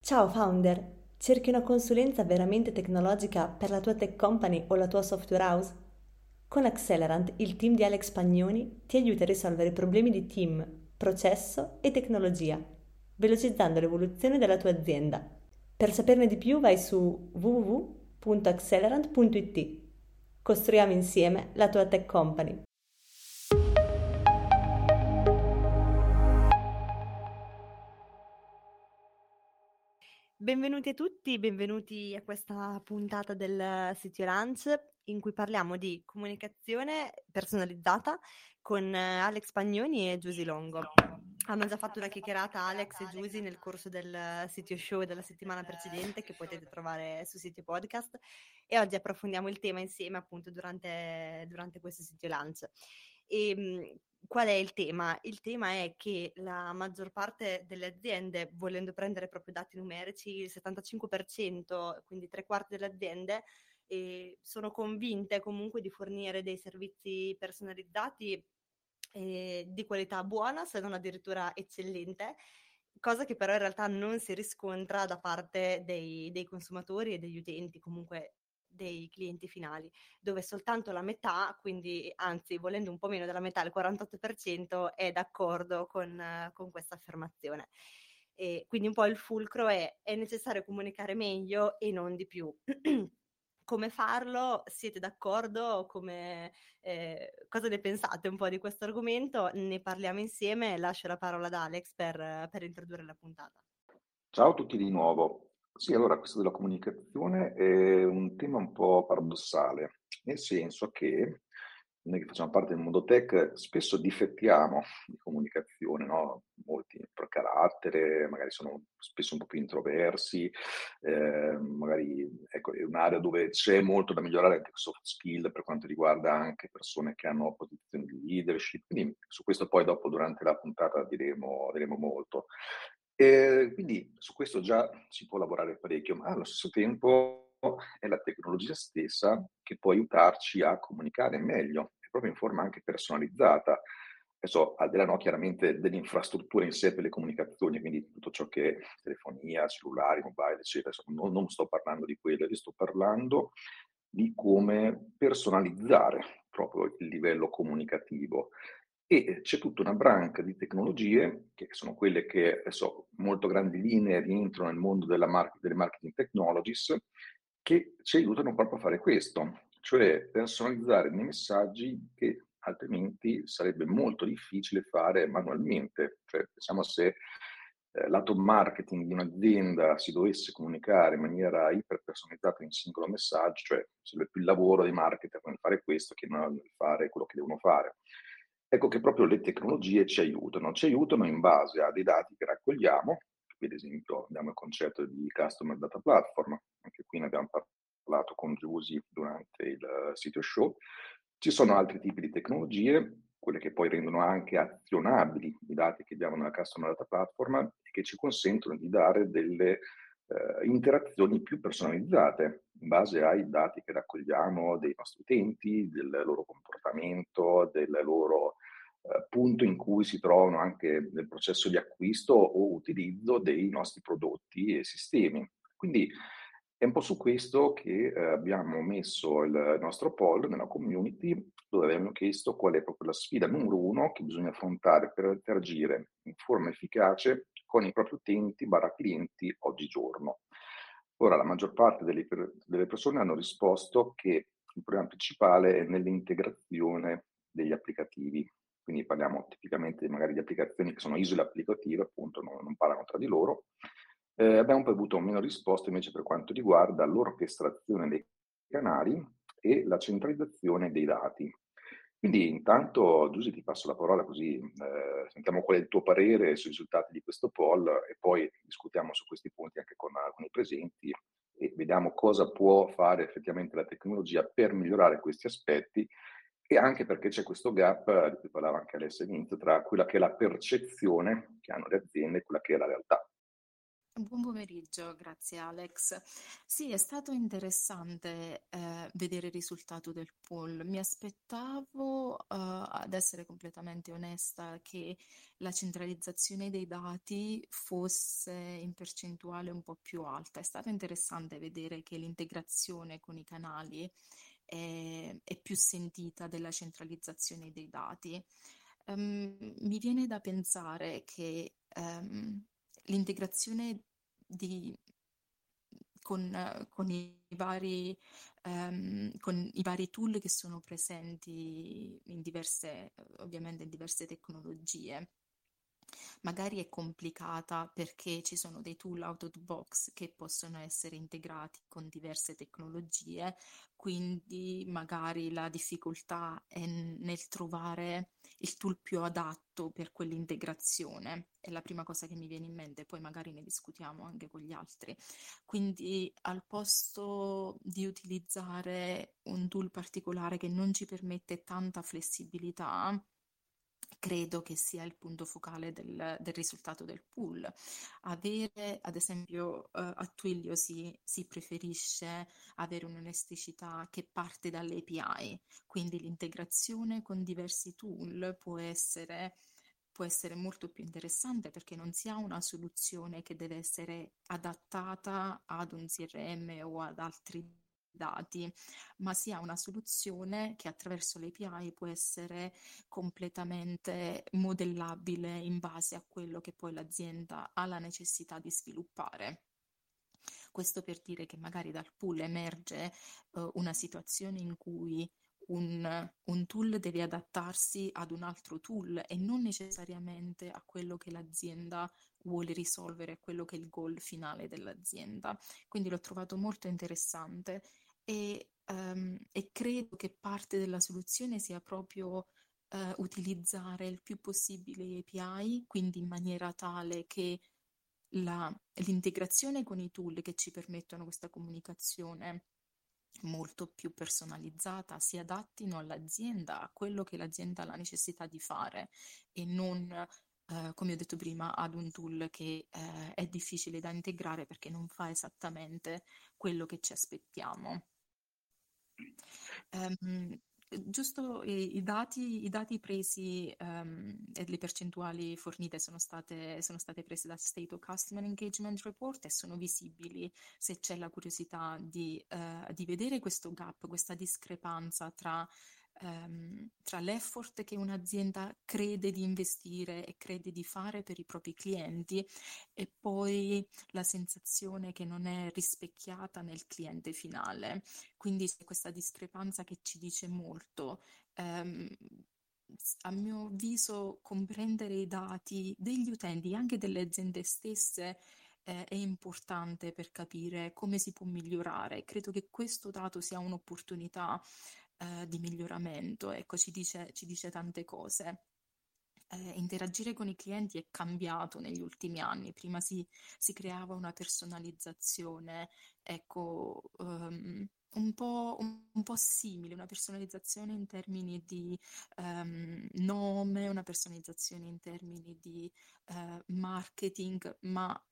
Ciao founder, cerchi una consulenza veramente tecnologica per la tua tech company o la tua software house? Con Accelerant, il team di Alex Pagnoni ti aiuta a risolvere problemi di team, processo e tecnologia, velocizzando l'evoluzione della tua azienda. Per saperne di più vai su www.accelerant.it. Costruiamo insieme la tua tech company. Benvenuti a tutti, benvenuti a questa puntata del Sitio Lunch in cui parliamo di comunicazione personalizzata con Alex Pagnoni e Giusy Longo. Hanno già fatto una chiacchierata Alex e Giusy nel corso del Sitio Show della settimana precedente che potete trovare su Sitio Podcast e oggi approfondiamo il tema insieme appunto durante questo Sitio Lunch. Qual è il tema? Il tema è che la maggior parte delle aziende, volendo prendere proprio dati numerici, il 75%, quindi tre quarti delle aziende, sono convinte comunque di fornire dei servizi personalizzati di qualità buona, se non addirittura eccellente, cosa che però in realtà non si riscontra da parte dei consumatori e degli utenti, comunque dei clienti finali, dove soltanto la metà, quindi anzi volendo un po' meno della metà, il 48% è d'accordo con questa affermazione. E quindi un po' il fulcro è necessario comunicare meglio e non di più. Come farlo? Siete d'accordo? Cosa ne pensate un po' di questo argomento? Ne parliamo insieme. Lascio la parola ad Alex per introdurre la puntata. Ciao a tutti di nuovo. Sì, allora questo della comunicazione è un tema un po' paradossale, nel senso che noi che facciamo parte del mondo tech spesso difettiamo di comunicazione, no? Molti per carattere, magari sono spesso un po' più introversi, magari ecco, è un'area dove c'è molto da migliorare anche soft skill per quanto riguarda anche persone che hanno posizioni di leadership, quindi su questo poi dopo durante la puntata diremo molto. Quindi su questo già si può lavorare parecchio, ma allo stesso tempo è la tecnologia stessa che può aiutarci a comunicare meglio, e proprio in forma anche personalizzata. Adesso, al di là, no, chiaramente dell'infrastruttura in sé per le comunicazioni, quindi tutto ciò che è telefonia, cellulari, mobile, eccetera, insomma, non sto parlando di quello, io sto parlando di come personalizzare proprio il livello comunicativo. E c'è tutta una branca di tecnologie, che sono quelle che adesso molto grandi linee rientrano nel mondo delle marketing technologies, che ci aiutano proprio a fare questo, cioè personalizzare dei messaggi che altrimenti sarebbe molto difficile fare manualmente. Cioè, pensiamo se lato marketing di un'azienda si dovesse comunicare in maniera iperpersonalizzata in singolo messaggio, cioè sarebbe più il lavoro dei marketer nel fare questo che nel fare quello che devono fare. Ecco che proprio le tecnologie ci aiutano in base a dei dati che raccogliamo. Qui ad esempio abbiamo il concetto di Customer Data Platform, anche qui ne abbiamo parlato con Giusy durante il sito show. Ci sono altri tipi di tecnologie, quelle che poi rendono anche azionabili i dati che diamo nella Customer Data Platform e che ci consentono di dare delle interazioni più personalizzate in base ai dati che raccogliamo dei nostri utenti, del loro comportamento, del loro punto in cui si trovano anche nel processo di acquisto o utilizzo dei nostri prodotti e sistemi. Quindi è un po' su questo che abbiamo messo il nostro poll nella community, dove abbiamo chiesto qual è proprio la sfida numero uno che bisogna affrontare per interagire in forma efficace con i propri utenti barra clienti oggigiorno. Ora, la maggior parte delle persone hanno risposto che il problema principale è nell'integrazione degli applicativi. Quindi parliamo tipicamente magari di applicazioni che sono isole applicative, appunto, non parlano tra di loro. Abbiamo poi avuto meno risposte invece per quanto riguarda l'orchestrazione dei canali e la centralizzazione dei dati. Quindi intanto, Giusy, ti passo la parola così sentiamo qual è il tuo parere sui risultati di questo poll e poi discutiamo su questi punti anche con i presenti e vediamo cosa può fare effettivamente la tecnologia per migliorare questi aspetti e anche perché c'è questo gap, di cui parlava anche Alessia all'inizio, tra quella che è la percezione che hanno le aziende e quella che è la realtà. Buon pomeriggio, grazie Alex. Sì, è stato interessante vedere il risultato del poll. Mi aspettavo, ad essere completamente onesta, che la centralizzazione dei dati fosse in percentuale un po' più alta. È stato interessante vedere che l'integrazione con i canali è più sentita della centralizzazione dei dati. Mi viene da pensare che l'integrazione di, con i vari tool che sono presenti in diverse, ovviamente in diverse tecnologie. Magari è complicata perché ci sono dei tool out of the box che possono essere integrati con diverse tecnologie, quindi magari la difficoltà è nel trovare il tool più adatto per quell'integrazione. È la prima cosa che mi viene in mente, poi magari ne discutiamo anche con gli altri. Quindi al posto di utilizzare un tool particolare che non ci permette tanta flessibilità, credo che sia il punto focale del risultato del pool. Avere, ad esempio, a Twilio si preferisce avere un'elasticità che parte dalle API, quindi l'integrazione con diversi tool può essere molto più interessante perché non si ha una soluzione che deve essere adattata ad un CRM o ad altri dati, ma si ha una soluzione che attraverso le API può essere completamente modellabile in base a quello che poi l'azienda ha la necessità di sviluppare. Questo per dire che magari dal pool emerge una situazione in cui un tool deve adattarsi ad un altro tool e non necessariamente a quello che l'azienda vuole risolvere, a quello che è il goal finale dell'azienda. Quindi l'ho trovato molto interessante e credo che parte della soluzione sia proprio utilizzare il più possibile le API, quindi in maniera tale che l'integrazione con i tool che ci permettono questa comunicazione molto più personalizzata si adattino all'azienda, a quello che l'azienda ha la necessità di fare e non, come ho detto prima, ad un tool che è difficile da integrare perché non fa esattamente quello che ci aspettiamo. Ehm, Giusto, i dati presi e le percentuali fornite sono state prese dal State of Customer Engagement Report e sono visibili se c'è la curiosità di vedere questo gap, questa discrepanza tra l'effort che un'azienda crede di investire e crede di fare per i propri clienti e poi la sensazione che non è rispecchiata nel cliente finale. Quindi c'è questa discrepanza che ci dice molto. Ehm, a mio avviso, comprendere i dati degli utenti, anche delle aziende stesse, è importante per capire come si può migliorare. Credo che questo dato sia un'opportunità, di miglioramento. Ecco, ci dice tante cose. Interagire con i clienti è cambiato negli ultimi anni. Prima si creava una personalizzazione, ecco, un po' simile, una personalizzazione in termini di nome, una personalizzazione in termini di marketing, ma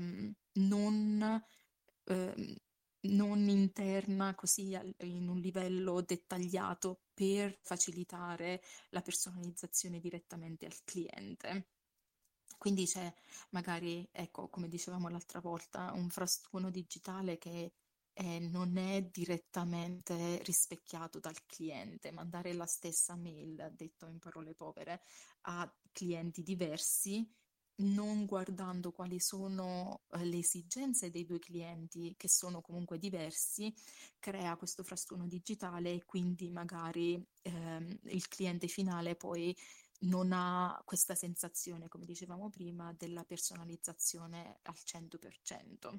ehm, non interna così in un livello dettagliato per facilitare la personalizzazione direttamente al cliente. Quindi c'è magari, ecco, come dicevamo l'altra volta, un frastuono digitale che non è direttamente rispecchiato dal cliente. Mandare la stessa mail, detto in parole povere, a clienti diversi, non guardando quali sono le esigenze dei due clienti, che sono comunque diversi, crea questo frastuono digitale e quindi magari il cliente finale poi non ha questa sensazione, come dicevamo prima, della personalizzazione al 100%.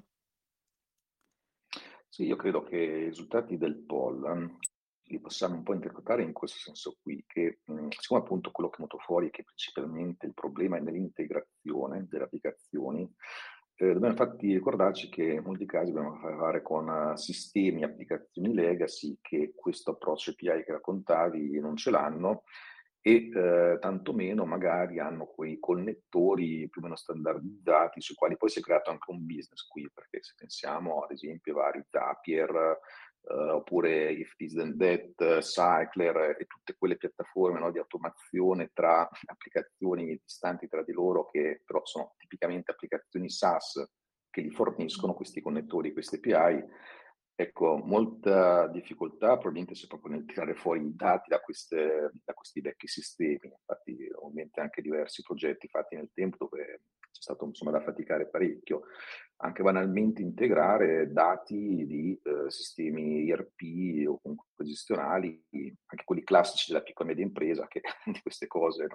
Sì, io credo che i risultati del poll li possiamo un po' interpretare in questo senso qui, che siccome appunto quello che è venuto fuori è che principalmente il problema è nell'integrazione delle applicazioni, dobbiamo infatti ricordarci che in molti casi dobbiamo fare con sistemi, applicazioni legacy che questo approccio API che raccontavi non ce l'hanno e tantomeno magari hanno quei connettori più o meno standardizzati sui quali poi si è creato anche un business qui, perché se pensiamo ad esempio ai vari Zapier, oppure If This Then That, Cycler e tutte quelle piattaforme, no, di automazione tra applicazioni distanti tra di loro, che però sono tipicamente applicazioni SaaS che li forniscono questi connettori, queste API. Ecco, molta difficoltà probabilmente c'è proprio nel tirare fuori i dati da questi vecchi sistemi. Infatti ho in mente anche diversi progetti fatti nel tempo dove c'è stato insomma da faticare parecchio. Anche banalmente integrare dati di sistemi ERP o comunque gestionali, anche quelli classici della piccola e media impresa, che di queste cose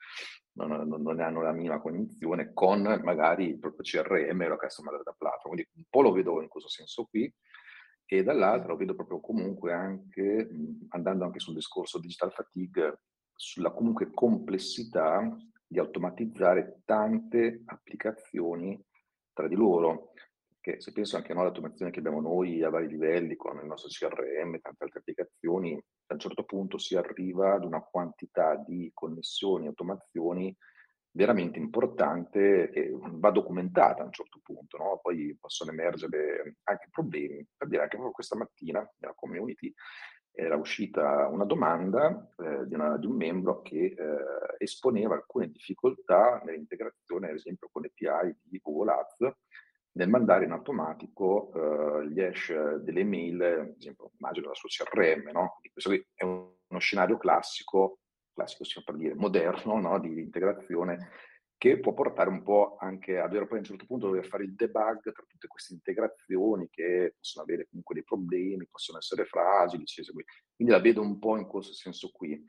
non ne hanno la minima cognizione, con magari il proprio CRM o la Customer Data Platform. Quindi un po' lo vedo in questo senso qui, e dall'altra lo vedo proprio comunque anche, andando anche sul discorso digital fatigue, sulla comunque complessità di automatizzare tante applicazioni tra di loro. Che se penso anche all'automazione che abbiamo noi a vari livelli con il nostro CRM e tante altre applicazioni, a un certo punto si arriva ad una quantità di connessioni, automazioni veramente importante, che va documentata a un certo punto, no? Poi possono emergere anche problemi. Per dire, anche proprio questa mattina nella community era uscita una domanda di un membro che esponeva alcune difficoltà nell'integrazione, ad esempio, con le API di Google Ads, nel mandare in automatico gli hash delle mail, ad esempio, immagino dal suo CRM, no? Quindi questo qui è uno scenario classico stiamo per dire, moderno, no? Di integrazione, che può portare un po' anche a dover poi a un certo punto dover fare il debug tra tutte queste integrazioni che possono avere comunque dei problemi, possono essere fragili, quindi la vedo un po' in questo senso qui.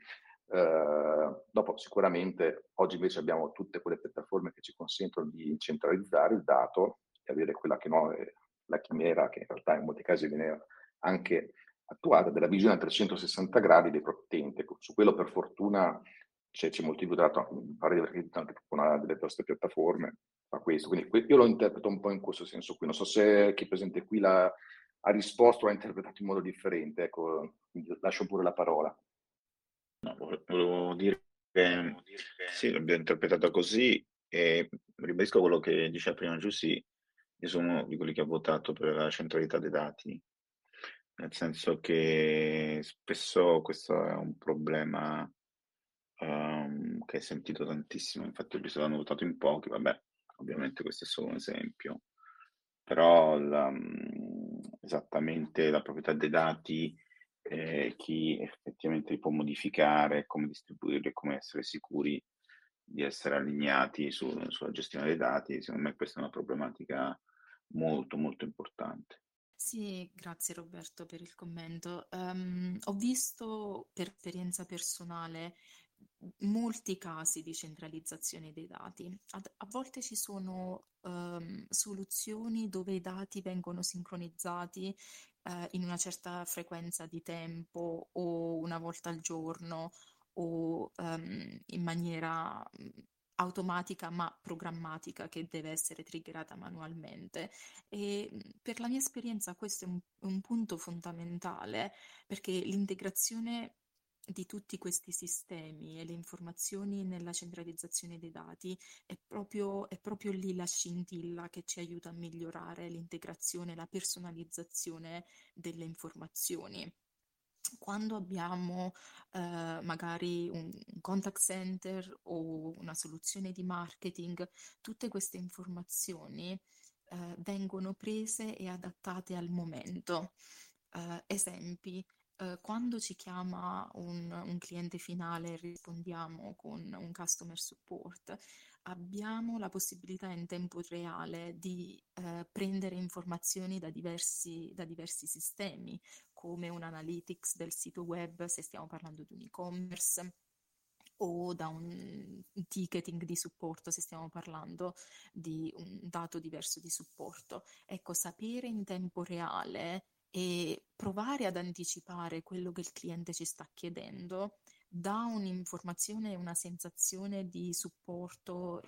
Dopo sicuramente oggi invece abbiamo tutte quelle piattaforme che ci consentono di centralizzare il dato e avere quella che no, è la chimera, che in realtà in molti casi viene anche attuata, della visione a 360 gradi del proprio utente. Su quello per fortuna c'è molto di dato, pare di aver capito anche una delle nostre piattaforme fa questo, quindi io lo interpreto un po' in questo senso qui. Non so se chi è presente qui ha risposto o ha interpretato in modo differente, ecco, lascio pure la parola. No, volevo dire che sì, l'abbiamo interpretata così e ribadisco quello che diceva prima Giussi, io sono uno di quelli che ha votato per la centralità dei dati, nel senso che spesso questo è un problema che hai sentito tantissimo, infatti hanno votato in pochi, vabbè, ovviamente questo è solo un esempio, però esattamente la proprietà dei dati, chi effettivamente li può modificare, come distribuirli e come essere sicuri di essere allineati sulla gestione dei dati, secondo me questa è una problematica molto molto importante. Sì, grazie Roberto per il commento. Ho visto per esperienza personale molti casi di centralizzazione dei dati. A volte ci sono soluzioni dove i dati vengono sincronizzati in una certa frequenza di tempo o una volta al giorno o in maniera automatica ma programmatica che deve essere triggerata manualmente. E per la mia esperienza questo è un punto fondamentale perché l'integrazione di tutti questi sistemi e le informazioni nella centralizzazione dei dati è proprio lì la scintilla che ci aiuta a migliorare l'integrazione e la personalizzazione delle informazioni. Quando abbiamo magari un contact center o una soluzione di marketing, tutte queste informazioni vengono prese e adattate al momento. Esempi, quando ci chiama un cliente finale e rispondiamo con un customer support, abbiamo la possibilità in tempo reale di prendere informazioni da diversi sistemi, come un analytics del sito web se stiamo parlando di un e-commerce o da un ticketing di supporto se stiamo parlando di un dato diverso di supporto. Ecco, sapere in tempo reale e provare ad anticipare quello che il cliente ci sta chiedendo dà un'informazione e una sensazione di supporto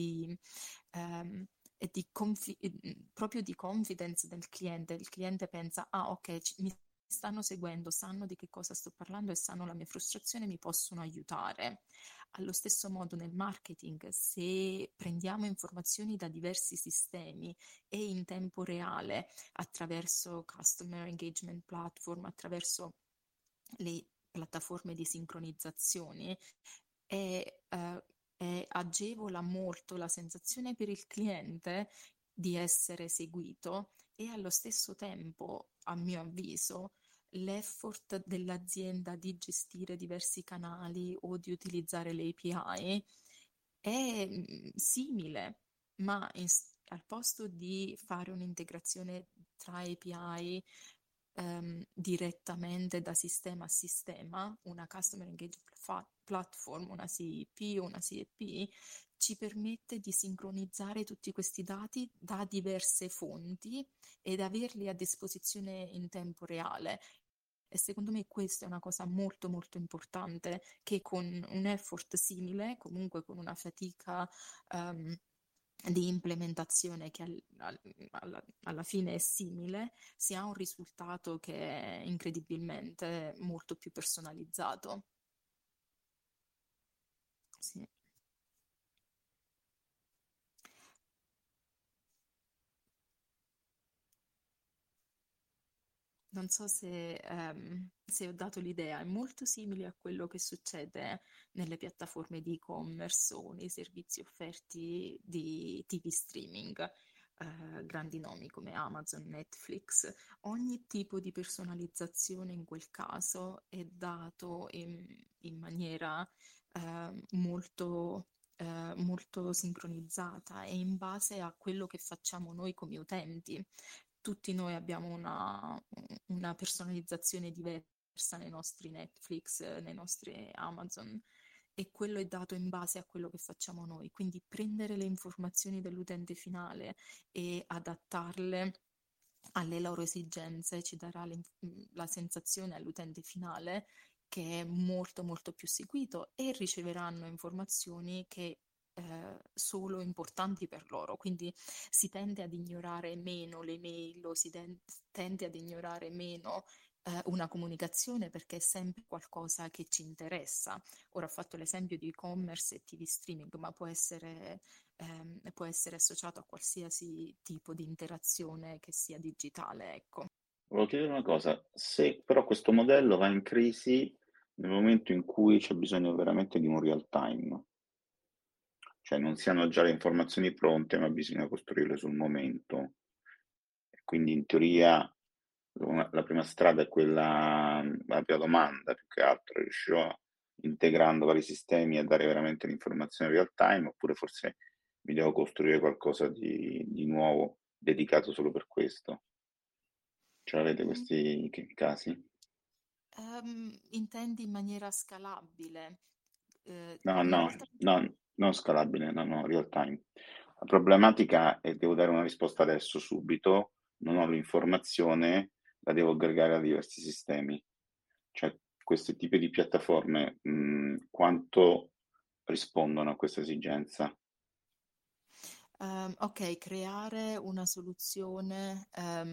ehm, proprio di confidence del cliente. Il cliente pensa, ah ok, mi stanno seguendo, sanno di che cosa sto parlando e sanno la mia frustrazione, mi possono aiutare. Allo stesso modo nel marketing, se prendiamo informazioni da diversi sistemi e in tempo reale, attraverso Customer Engagement Platform, attraverso le piattaforme di sincronizzazione, agevola molto la sensazione per il cliente di essere seguito e allo stesso tempo, a mio avviso, l'effort dell'azienda di gestire diversi canali o di utilizzare le API è simile, ma al posto di fare un'integrazione tra API direttamente da sistema a sistema, una Customer Engagement Platform, una CEP o una CEP, ci permette di sincronizzare tutti questi dati da diverse fonti ed averli a disposizione in tempo reale. E secondo me questa è una cosa molto molto importante, che con un effort simile, comunque con una fatica di implementazione che alla fine è simile, si ha un risultato che è incredibilmente molto più personalizzato. Sì. Non so se ho dato l'idea, è molto simile a quello che succede nelle piattaforme di e-commerce o nei servizi offerti di TV streaming, grandi nomi come Amazon, Netflix. Ogni tipo di personalizzazione in quel caso è dato in maniera molto sincronizzata e in base a quello che facciamo noi come utenti. Tutti noi abbiamo una personalizzazione diversa nei nostri Netflix, nei nostri Amazon, e quello è dato in base a quello che facciamo noi. Quindi prendere le informazioni dell'utente finale e adattarle alle loro esigenze ci darà la sensazione all'utente finale che è molto molto più seguito e riceveranno informazioni che solo importanti per loro, quindi si tende ad ignorare meno le mail o tende ad ignorare meno una comunicazione perché è sempre qualcosa che ci interessa. Ora ho fatto l'esempio di e-commerce e TV streaming, ma può essere associato a qualsiasi tipo di interazione che sia digitale, ecco. Volevo chiedere una cosa, se però questo modello va in crisi nel momento in cui c'è bisogno veramente di un real time, cioè non si hanno già le informazioni pronte, ma bisogna costruirle sul momento. E quindi in teoria la prima strada è quella, la prima domanda più che altro, riuscirò integrando vari sistemi a dare veramente l'informazione real time, oppure forse mi devo costruire qualcosa di nuovo dedicato solo per questo? Ce l'avete Mm, questi casi? intendi in maniera scalabile? No, Una no, volta no, non scalabile, no, no, real time. La problematica è devo dare una risposta adesso, subito, non ho l'informazione, la devo aggregare a diversi sistemi. Cioè, questi tipi di piattaforme, quanto rispondono a questa esigenza? ok, creare una soluzione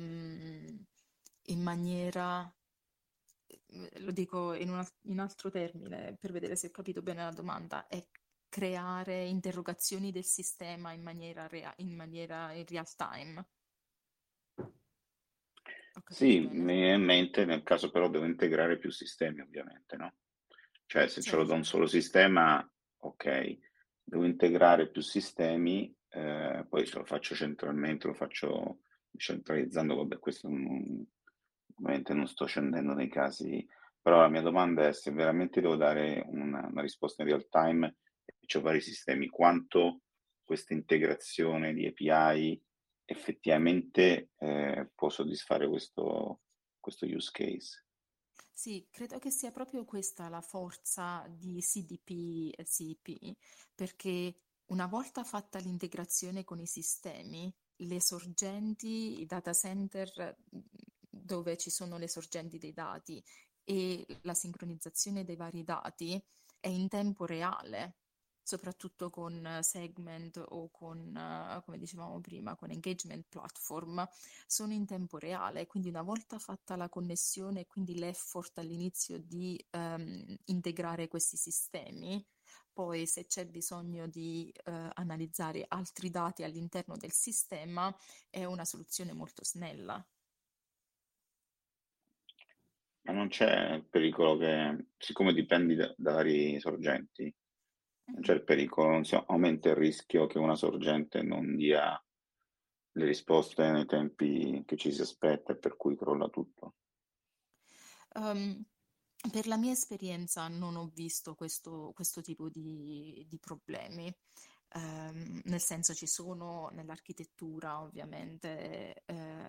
in maniera, lo dico in altro termine per vedere se ho capito bene la domanda, è creare interrogazioni del sistema in maniera in real time. Ho capito Sì, bene? mi viene in mente nel caso però devo integrare più sistemi, ovviamente, no? Cioè, se ce l'ho da un Certo. solo sistema, ok, devo integrare più sistemi, poi se lo faccio centralmente, lo faccio centralizzando, vabbè, questo ovviamente non sto scendendo nei casi, però la mia domanda è se veramente devo dare una risposta in real time e ho vari sistemi, quanto questa integrazione di API effettivamente può soddisfare questo use case. Sì, credo che sia proprio questa la forza di CDP e CP, perché una volta fatta l'integrazione con i sistemi, le sorgenti, i data center dove ci sono le sorgenti dei dati e la sincronizzazione dei vari dati è in tempo reale. soprattutto con segment o con, come dicevamo prima, con engagement platform, sono in tempo reale, quindi una volta fatta la connessione, quindi l'effort all'inizio di integrare questi sistemi, poi se c'è bisogno di analizzare altri dati all'interno del sistema, è una soluzione molto snella. Ma non c'è il pericolo che, siccome dipendi da vari sorgenti, non c'è il pericolo, non si aumenta il rischio che una sorgente non dia le risposte nei tempi che ci si aspetta e per cui crolla tutto. Per la mia esperienza non ho visto questo tipo di problemi. Nel senso ci sono nell'architettura ovviamente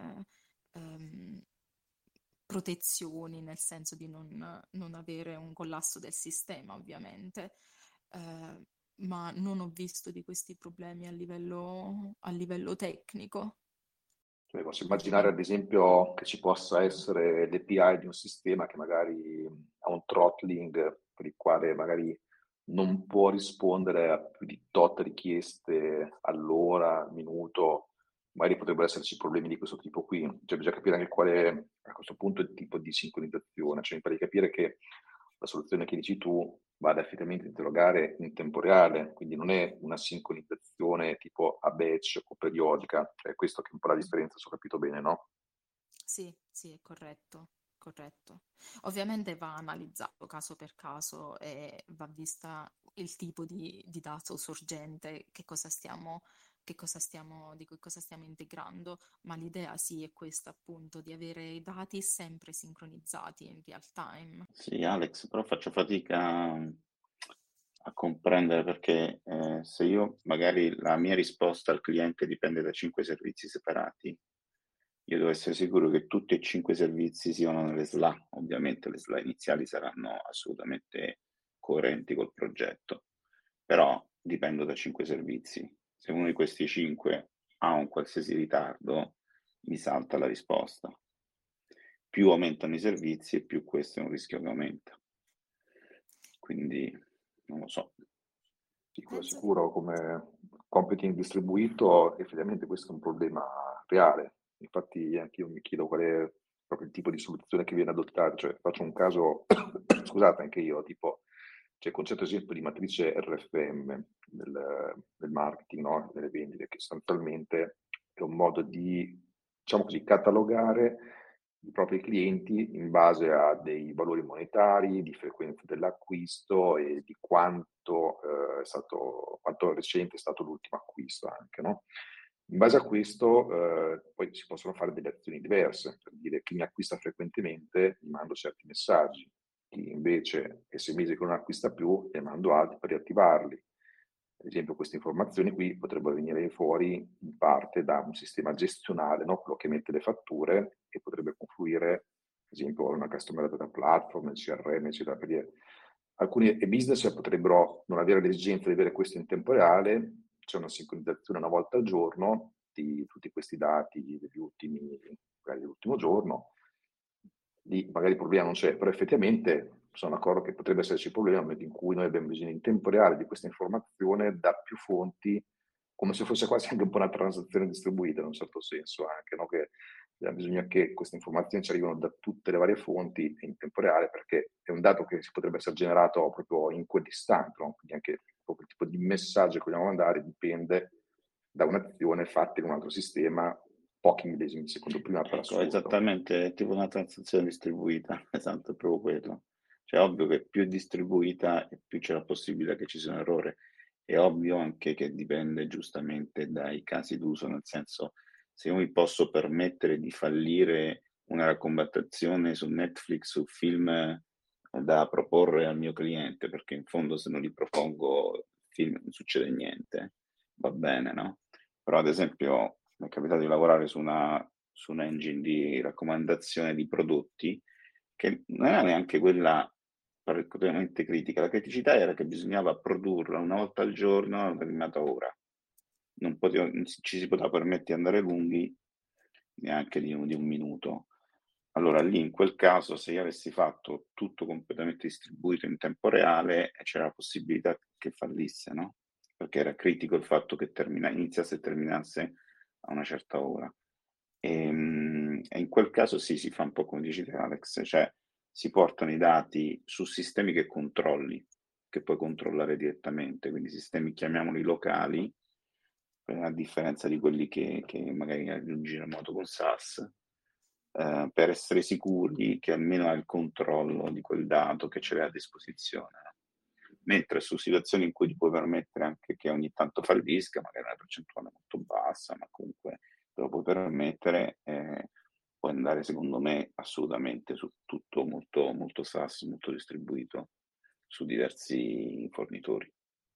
protezioni, nel senso di non avere un collasso del sistema ovviamente, ma non ho visto di questi problemi a livello tecnico. Cioè, posso immaginare ad esempio che ci possa essere l'API di un sistema che magari ha un throttling per il quale magari non può rispondere a più di tot richieste all'ora, minuto, magari potrebbero esserci problemi di questo tipo qui. Cioè, bisogna capire anche qual è a questo punto il tipo di sincronizzazione, cioè mi pare di capire che la soluzione che dici tu vada effettivamente a interrogare in tempo reale, quindi non è una sincronizzazione tipo a batch o periodica, cioè questo che è un po' la differenza, se ho capito bene, no? Sì, è corretto. Ovviamente va analizzato caso per caso e va vista il tipo di dato sorgente, di che cosa stiamo integrando, ma l'idea sì è questa appunto, di avere i dati sempre sincronizzati in real time. Sì, Alex, però faccio fatica a comprendere perché se io magari la mia risposta al cliente dipende da 5 servizi separati, io devo essere sicuro che tutti e 5 servizi siano nelle SLA. Ovviamente le SLA iniziali saranno assolutamente coerenti col progetto, però dipendo da 5 servizi. Se uno di questi 5 ha un qualsiasi ritardo, mi salta la risposta. Più aumentano i servizi e più questo è un rischio che aumenta. Quindi non lo so. Sicuro, Penso che sicuro, come computing distribuito, effettivamente questo è un problema reale. Infatti anche io mi chiedo qual è proprio il tipo di soluzione che viene adottata. Cioè, faccio un caso, scusate, anche io, tipo, c'è il concetto ad esempio di matrice RFM del marketing, no? Delle vendite, che sostanzialmente è un modo di, diciamo così, catalogare i propri clienti in base a dei valori monetari, di frequenza dell'acquisto e di quanto quanto recente è stato l'ultimo acquisto anche, no? In base a questo poi si possono fare delle azioni diverse, per dire chi mi acquista frequentemente mi mando certi messaggi, chi invece è 6 mesi che non acquista più ne mando altri per riattivarli. Ad esempio queste informazioni qui potrebbero venire fuori in parte da un sistema gestionale, no? Quello che emette le fatture e potrebbe confluire, ad esempio, in una customer data platform, il CRM, eccetera. Per dire, alcuni business potrebbero non avere l'esigenza di avere questo in tempo reale, c'è una sincronizzazione una volta al giorno di tutti questi dati magari dell'ultimo giorno, lì magari il problema non c'è, però effettivamente sono d'accordo che potrebbe esserci il problema nel momento in cui noi abbiamo bisogno in tempo reale di questa informazione da più fonti, come se fosse quasi anche un po' una transazione distribuita in un certo senso, anche, no? Che abbiamo bisogno che queste informazioni ci arrivino da tutte le varie fonti in tempo reale, perché è un dato che si potrebbe essere generato proprio in quell'istante, no? Quindi anche proprio il tipo di messaggio che vogliamo mandare dipende da un'azione fatta in un altro sistema pochi millesimi di secondo prima per Ecco, assurdo. esattamente, è tipo una transazione distribuita, esatto, è proprio quello. Cioè, è ovvio che più è distribuita e più c'è la possibilità che ci sia un errore. È ovvio anche che dipende giustamente dai casi d'uso, nel senso, se io mi posso permettere di fallire una raccomandazione su Netflix su film da proporre al mio cliente, perché in fondo se non li propongo film non succede niente, va bene, no? Però ad esempio mi è capitato di lavorare su un engine di raccomandazione di prodotti che non era neanche quella particolarmente critica. La criticità era che bisognava produrla una volta al giorno a una determinata ora. Non ci si poteva permettere di andare lunghi neanche di un minuto. Allora lì in quel caso, se io avessi fatto tutto completamente distribuito in tempo reale, c'era la possibilità che fallisse, no? Perché era critico il fatto che iniziasse e terminasse a una certa ora. E in quel caso sì, si fa un po' come dici te, Alex, cioè si portano i dati su sistemi che controlli, che puoi controllare direttamente, quindi sistemi, chiamiamoli locali, a differenza di quelli che magari aggiungi remoto con SaaS, per essere sicuri che almeno hai il controllo di quel dato che ce l'hai a disposizione. No? Mentre su situazioni in cui ti puoi permettere anche che ogni tanto fallisca, magari una percentuale molto bassa, ma comunque te lo puoi permettere, puoi andare secondo me assolutamente su tutto molto, molto SaaS, molto distribuito su diversi fornitori.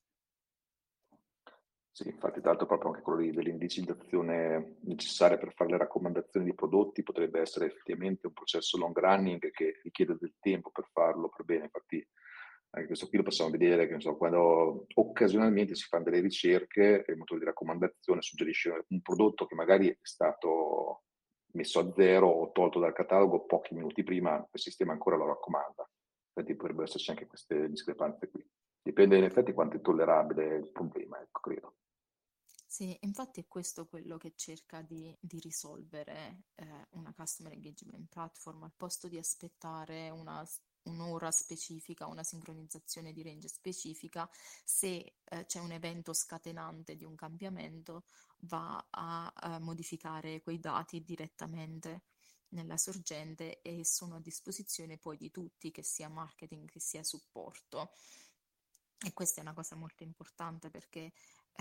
Sì, infatti, tra l'altro, proprio anche quello dell'indicizzazione necessaria per fare le raccomandazioni di prodotti potrebbe essere effettivamente un processo long running che richiede del tempo per farlo per bene. Infatti, anche questo qui lo possiamo vedere che, non so, quando occasionalmente si fanno delle ricerche e il motore di raccomandazione suggerisce un prodotto che magari è stato messo a zero o tolto dal catalogo pochi minuti prima, il sistema ancora lo raccomanda. Infatti potrebbero esserci anche queste discrepanze qui. Dipende in effetti quanto è tollerabile il problema, ecco, credo. Sì, infatti è questo quello che cerca di risolvere una Customer Engagement Platform, al posto di aspettare un'ora specifica, una sincronizzazione di range specifica, se c'è un evento scatenante di un cambiamento, va a modificare quei dati direttamente nella sorgente e sono a disposizione poi di tutti, che sia marketing, che sia supporto. E questa è una cosa molto importante perché,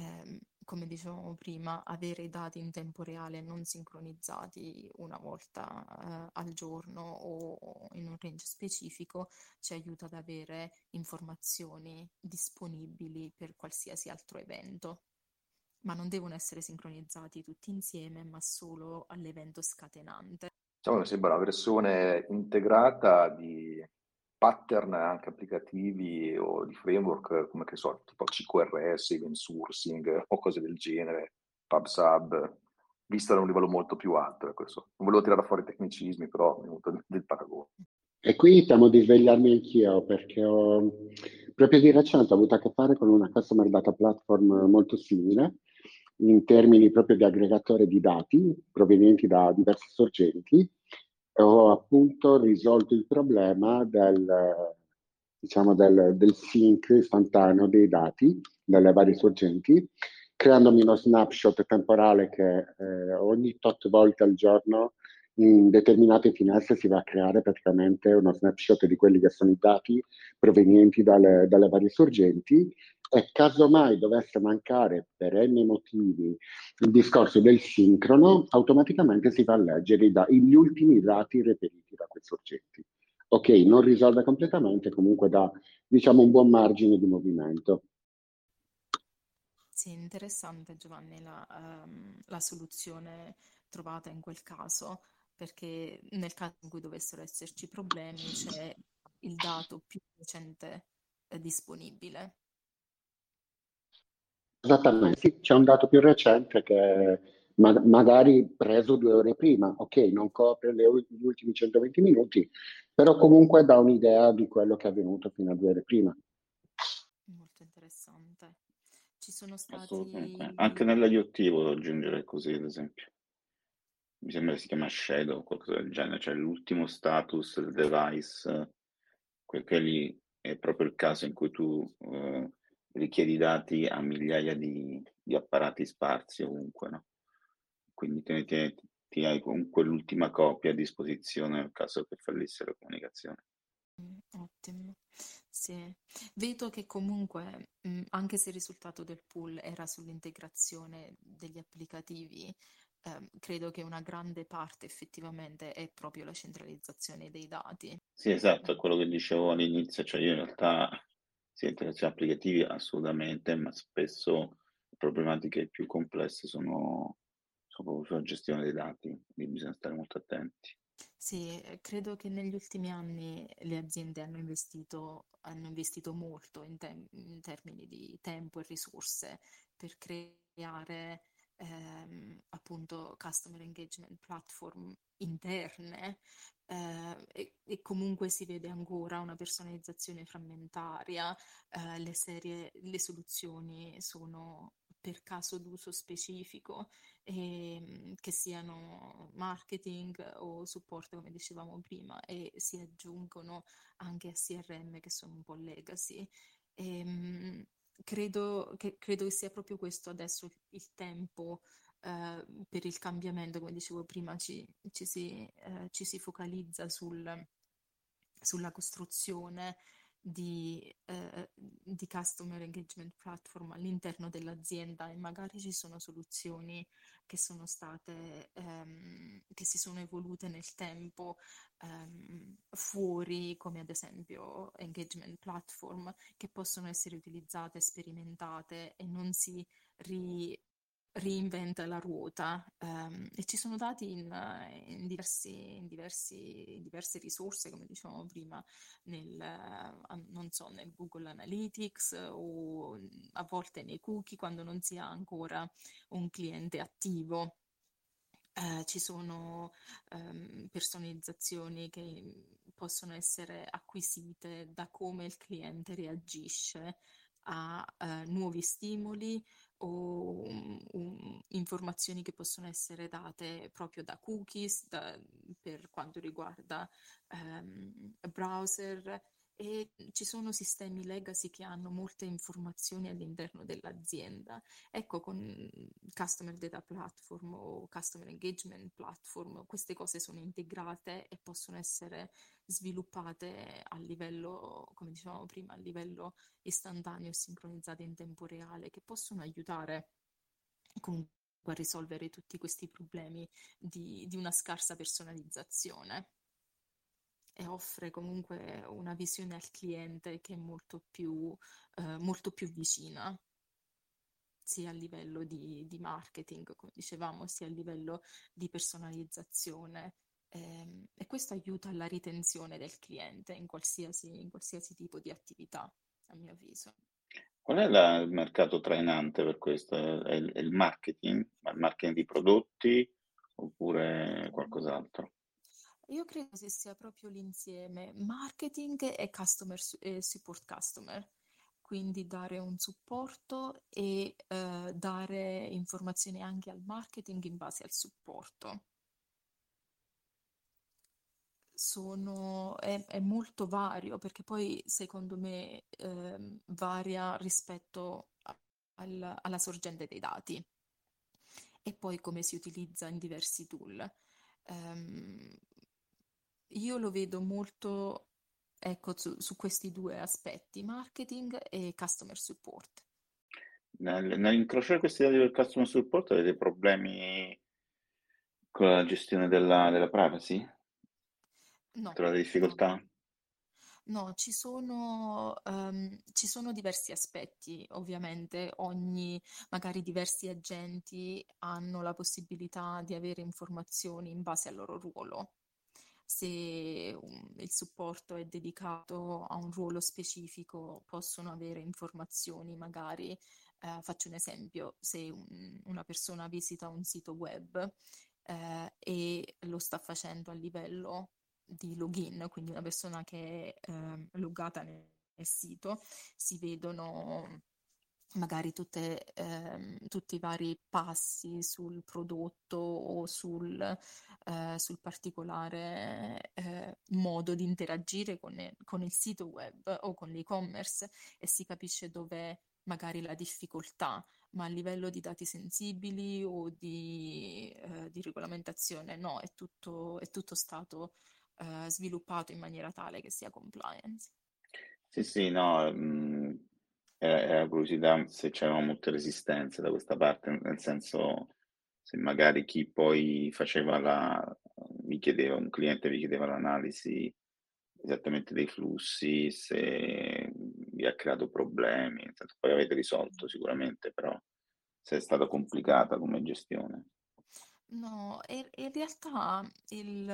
come dicevamo prima, avere i dati in tempo reale non sincronizzati una volta, al giorno o in un range specifico ci aiuta ad avere informazioni disponibili per qualsiasi altro evento. Ma non devono essere sincronizzati tutti insieme, ma solo all'evento scatenante. Diciamo che sembra una versione integrata di pattern anche applicativi o di framework come che so, tipo CQRS, event sourcing o cose del genere, PubSub, vista da un livello molto più alto. Questo. Non volevo tirare fuori tecnicismi, però mi è venuto del paragone. E qui temo di svegliarmi anch'io perché proprio di recente ho avuto a che fare con una customer data platform molto simile in termini proprio di aggregatore di dati provenienti da diverse sorgenti. Ho appunto risolto il problema diciamo, del sync istantaneo dei dati dalle varie sorgenti, creandomi uno snapshot temporale che ogni tot volte al giorno in determinate finestre si va a creare praticamente uno snapshot di quelli che sono i dati provenienti dalle varie sorgenti e casomai dovesse mancare per n motivi il discorso del sincrono, automaticamente si va a leggere gli ultimi dati reperiti da quei sorgenti. Ok, non risolve completamente, comunque dà, diciamo, un buon margine di movimento. Sì, interessante Giovanni la soluzione trovata in quel caso, perché nel caso in cui dovessero esserci problemi c'è il dato più recente disponibile. Esattamente, sì, c'è un dato più recente che magari preso 2 ore prima, ok, non copre gli ultimi 120 minuti, però comunque dà un'idea di quello che è avvenuto fino a 2 ore prima. Molto interessante. Ci sono Assolutamente. stati... Anche nell'IoT volevo aggiungere così, ad esempio. Mi sembra che si chiama Shadow o qualcosa del genere, cioè l'ultimo status del device, quel che lì è proprio il caso in cui tu richiedi dati a migliaia di apparati sparsi ovunque, no? Quindi ti hai comunque l'ultima copia a disposizione nel caso che fallisse la comunicazione. Ottimo. Sì. Vedo che comunque, anche se il risultato del pool era sull'integrazione degli applicativi, credo che una grande parte effettivamente è proprio la centralizzazione dei dati. Sì, esatto, è quello che dicevo all'inizio, cioè io in realtà sì, integrazioni applicativi assolutamente, ma spesso le problematiche più complesse sono proprio sulla gestione dei dati, quindi bisogna stare molto attenti. Sì, credo che negli ultimi anni le aziende hanno investito molto in termini di tempo e risorse per creare appunto customer engagement platform interne, e comunque si vede ancora una personalizzazione frammentaria, le soluzioni sono per caso d'uso specifico, che siano marketing o supporto, come dicevamo prima, e si aggiungono anche a CRM che sono un po' legacy. Ehm, credo che sia proprio questo adesso il tempo per il cambiamento, come dicevo prima, ci si focalizza sulla costruzione di customer engagement platform all'interno dell'azienda, e magari ci sono soluzioni che sono state, che si sono evolute nel tempo, fuori, come ad esempio engagement platform, che possono essere utilizzate, sperimentate, e non si ri- reinventa la ruota. E ci sono dati in diverse risorse, come dicevamo prima, non so, nel Google Analytics, o a volte nei cookie quando non si ha ancora un cliente attivo. Ci sono personalizzazioni che possono essere acquisite da come il cliente reagisce a nuovi stimoli, o informazioni che possono essere date proprio da cookies per quanto riguarda browser. E ci sono sistemi legacy che hanno molte informazioni all'interno dell'azienda. Ecco, con Customer Data Platform o Customer Engagement Platform, queste cose sono integrate e possono essere sviluppate a livello, come dicevamo prima, a livello istantaneo e sincronizzate in tempo reale, che possono aiutare comunque a risolvere tutti questi problemi di una scarsa personalizzazione, e offre comunque una visione al cliente che è molto più vicina, sia a livello di marketing, come dicevamo, sia a livello di personalizzazione. E questo aiuta alla ritenzione del cliente in qualsiasi tipo di attività, a mio avviso. Qual è il mercato trainante per questo? È il marketing? Ma il marketing di prodotti oppure qualcos'altro? Io credo che sia proprio l'insieme marketing e e support customer, quindi dare un supporto e dare informazioni anche al marketing in base al supporto. È molto vario, perché poi secondo me varia rispetto alla sorgente dei dati, e poi come si utilizza in diversi tool. Ehm, io lo vedo molto, ecco, su questi due aspetti, marketing e customer support. Nell'incrociare questi dati del customer support avete problemi con la gestione della privacy? No, Trovate no, no. difficoltà? No, ci sono diversi aspetti, ovviamente, magari diversi agenti hanno la possibilità di avere informazioni in base al loro ruolo. Se il supporto è dedicato a un ruolo specifico, possono avere informazioni, magari, faccio un esempio, se una persona visita un sito web e lo sta facendo a livello di login, quindi una persona che è loggata nel sito, si vedono magari tutti i vari passi sul prodotto o sul particolare modo di interagire con il sito web o con l'e-commerce, e si capisce dov'è magari la difficoltà, ma a livello di dati sensibili o di regolamentazione no, è tutto stato sviluppato in maniera tale che sia compliance. Sì, sì, no, era curiosità se c'erano molte resistenze da questa parte, nel senso se magari chi poi un cliente vi chiedeva l'analisi esattamente dei flussi, se vi ha creato problemi, nel senso, poi avete risolto sicuramente, però se è stata complicata come gestione. No, in realtà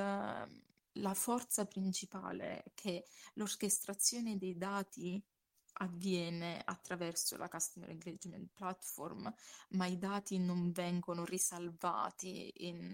la forza principale è che l'orchestrazione dei dati avviene attraverso la Customer Engagement Platform, ma i dati non vengono risalvati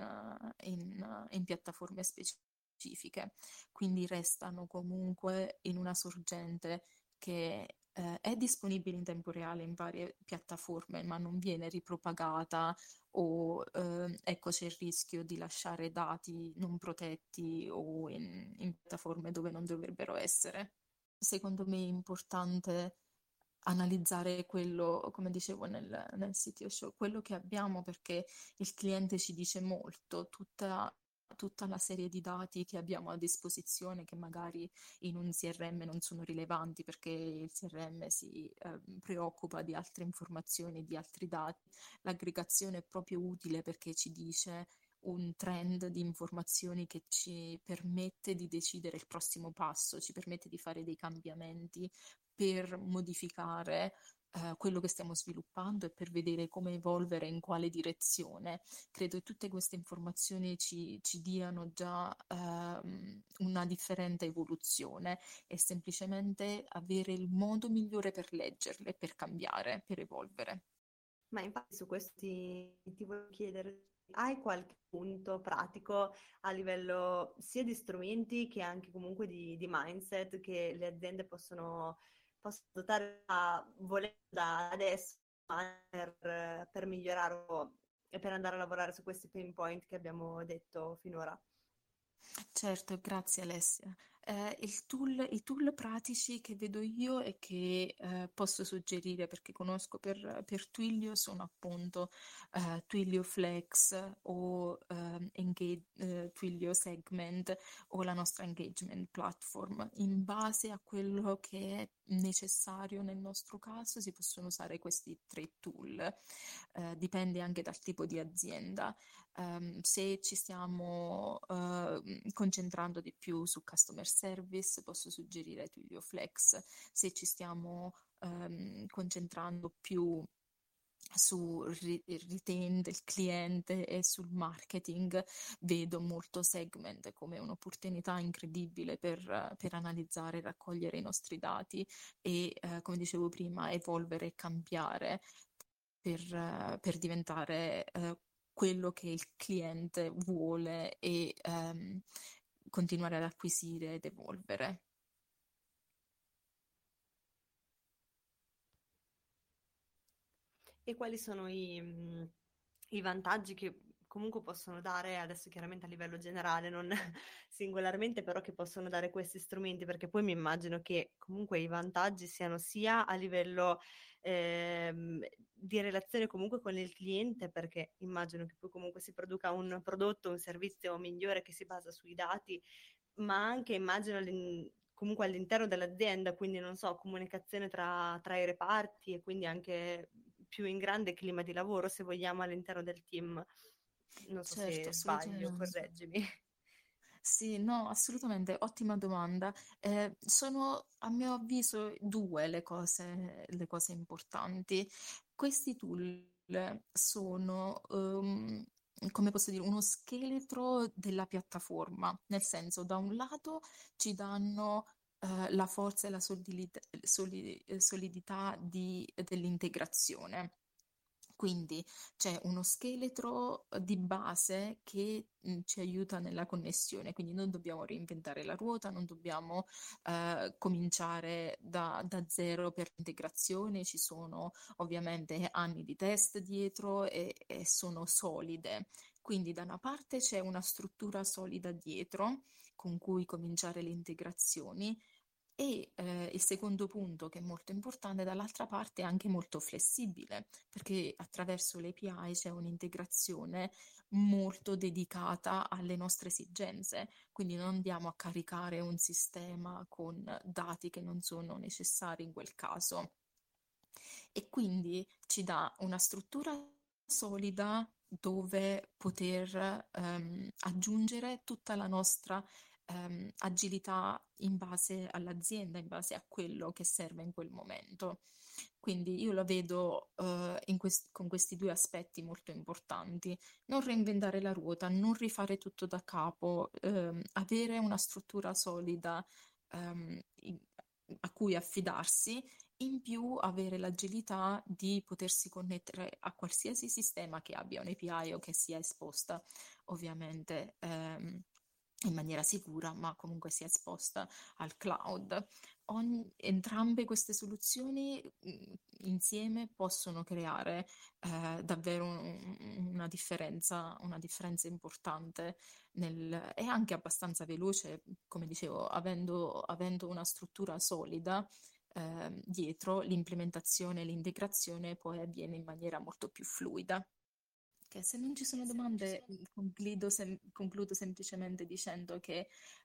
in piattaforme specifiche, quindi restano comunque in una sorgente che è disponibile in tempo reale in varie piattaforme, ma non viene ripropagata o ecco c'è il rischio di lasciare dati non protetti o in piattaforme dove non dovrebbero essere. Secondo me è importante analizzare quello, come dicevo nel CTO Show, quello che abbiamo, perché il cliente ci dice molto, tutta la serie di dati che abbiamo a disposizione che magari in un CRM non sono rilevanti perché il CRM si preoccupa di altre informazioni, di altri dati. L'aggregazione è proprio utile perché ci dice un trend di informazioni che ci permette di decidere il prossimo passo, ci permette di fare dei cambiamenti per modificare quello che stiamo sviluppando e per vedere come evolvere, in quale direzione. Credo che tutte queste informazioni ci diano già una differente evoluzione e semplicemente avere il modo migliore per leggerle, per cambiare, per evolvere. Ma infatti su questo ti voglio chiedere, hai qualche punto pratico a livello sia di strumenti che anche comunque di mindset che le aziende possono dotare a voler da adesso per migliorare e per andare a lavorare su questi pain point che abbiamo detto finora? Certo, grazie Alessia. I tool pratici che vedo io e che posso suggerire perché conosco per Twilio sono appunto Twilio Flex o Twilio Segment o la nostra engagement platform. In base a quello che è necessario nel nostro caso si possono usare questi 3 tool. Dipende anche dal tipo di azienda. Se ci stiamo concentrando di più su customer service, posso suggerire Twilio Flex. Se ci stiamo concentrando più su retain del cliente e sul marketing, vedo molto Segment come un'opportunità incredibile per analizzare e raccogliere i nostri dati e, come dicevo prima, evolvere e cambiare per diventare quello che il cliente vuole e continuare ad acquisire ed evolvere. E quali sono i vantaggi che comunque possono dare, adesso chiaramente a livello generale, non singolarmente, però che possono dare questi strumenti? Perché poi mi immagino che comunque i vantaggi siano sia a livello di relazione comunque con il cliente, perché immagino che poi comunque si produca un prodotto, un servizio migliore che si basa sui dati, ma anche immagino comunque all'interno dell'azienda, quindi non so, comunicazione tra i reparti e quindi anche più in grande clima di lavoro, se vogliamo, all'interno del team. Non so Certo, se sbaglio, assolutamente. correggimi. Sì, no, assolutamente, ottima domanda. Sono a mio avviso due le cose importanti. Questi tool sono, come posso dire, uno scheletro della piattaforma, nel senso, da un lato ci danno la forza e la solidità dell'integrazione. Quindi c'è uno scheletro di base che ci aiuta nella connessione, quindi non dobbiamo reinventare la ruota, non dobbiamo cominciare da zero per l'integrazione, ci sono ovviamente anni di test dietro e sono solide. Quindi da una parte c'è una struttura solida dietro con cui cominciare le integrazioni. E il secondo punto, che è molto importante, dall'altra parte è anche molto flessibile, perché attraverso le API c'è un'integrazione molto dedicata alle nostre esigenze, quindi non andiamo a caricare un sistema con dati che non sono necessari in quel caso. E quindi ci dà una struttura solida dove poter aggiungere tutta la nostra agilità in base all'azienda, in base a quello che serve in quel momento. Quindi io la vedo con questi due aspetti molto importanti. Non reinventare la ruota, non rifare tutto da capo, avere una struttura solida a cui affidarsi in più avere l'agilità di potersi connettere a qualsiasi sistema che abbia un'API o che sia esposta, ovviamente in maniera sicura, ma comunque sia esposta al cloud. Entrambe queste soluzioni insieme possono creare davvero una differenza importante e anche abbastanza veloce, come dicevo, avendo una struttura solida dietro, l'implementazione e l'integrazione poi avviene in maniera molto più fluida. Che se non ci sono domande, concludo semplicemente dicendo che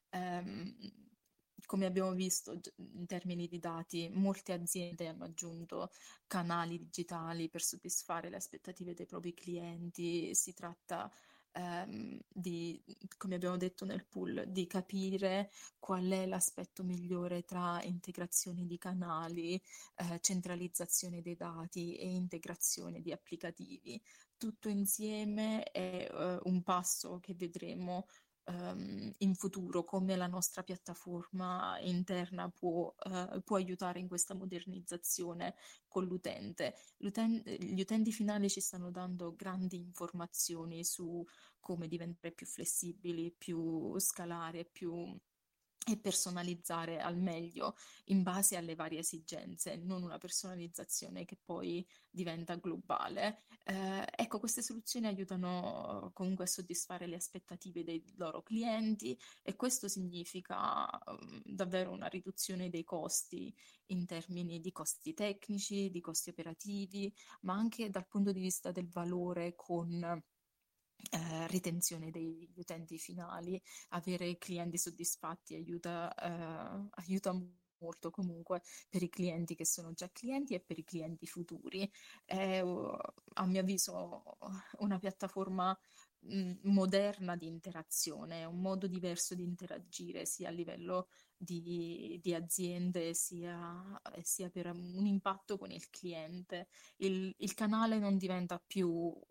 come abbiamo visto in termini di dati, molte aziende hanno aggiunto canali digitali per soddisfare le aspettative dei propri clienti. Si tratta di, come abbiamo detto nel pool, di capire qual è l'aspetto migliore tra integrazioni di canali, centralizzazione dei dati e integrazione di applicativi. Tutto insieme è un passo che vedremo in futuro, come la nostra piattaforma interna può aiutare in questa modernizzazione con l'utente. Gli utenti finali ci stanno dando grandi informazioni su come diventare più flessibili, più scalare, e personalizzare al meglio in base alle varie esigenze, non una personalizzazione che poi diventa globale. Ecco, queste soluzioni aiutano comunque a soddisfare le aspettative dei loro clienti e questo significa davvero una riduzione dei costi in termini di costi tecnici, di costi operativi, ma anche dal punto di vista del valore con ritenzione degli utenti finali. Avere clienti soddisfatti aiuta molto comunque per i clienti che sono già clienti e per i clienti futuri. È a mio avviso una piattaforma moderna di interazione, è un modo diverso di interagire sia a livello di aziende sia per un impatto con il cliente. Il canale non diventa più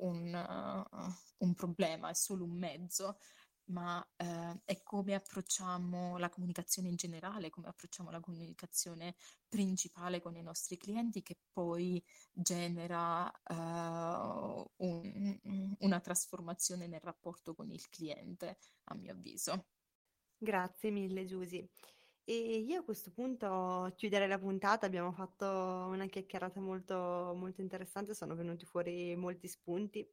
un problema, è solo un mezzo, ma è come approcciamo la comunicazione in generale, come approcciamo la comunicazione principale con i nostri clienti che poi genera una trasformazione nel rapporto con il cliente, a mio avviso. Grazie mille Giusy. E io a questo punto chiuderei la puntata, abbiamo fatto una chiacchierata molto, molto interessante, sono venuti fuori molti spunti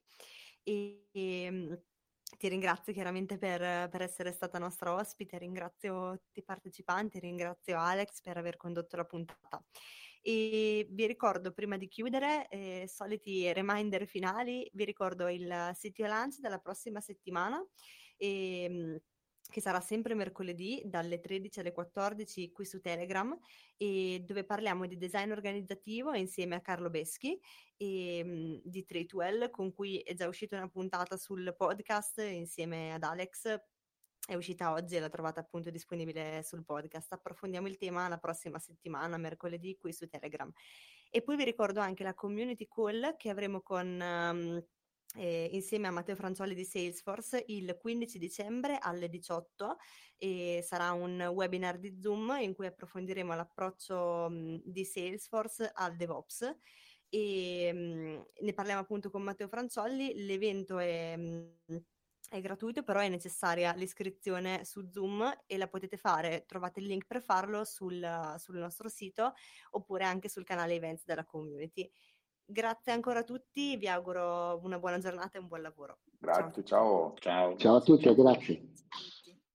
e ti ringrazio chiaramente per essere stata nostra ospite, ringrazio tutti i partecipanti, ringrazio Alex per aver condotto la puntata. E vi ricordo prima di chiudere, soliti reminder finali, vi ricordo il sito launch della prossima settimana. Che sarà sempre mercoledì dalle 13 alle 14 qui su Telegram, e dove parliamo di design organizzativo insieme a Carlo Beschi e di Treatwell, con cui è già uscita una puntata sul podcast insieme ad Alex. È uscita oggi e la trovate appunto disponibile sul podcast. Approfondiamo il tema la prossima settimana, mercoledì, qui su Telegram. E poi vi ricordo anche la community call che avremo con insieme a Matteo Francioli di Salesforce il 15 dicembre alle 18 e sarà un webinar di Zoom in cui approfondiremo l'approccio di Salesforce al DevOps e ne parliamo appunto con Matteo Francioli. L'evento è gratuito, però è necessaria l'iscrizione su Zoom e la potete fare, trovate il link per farlo sul nostro sito oppure anche sul canale events della community. Grazie ancora a tutti, vi auguro una buona giornata e un buon lavoro. Grazie, ciao. Ciao a tutti e grazie.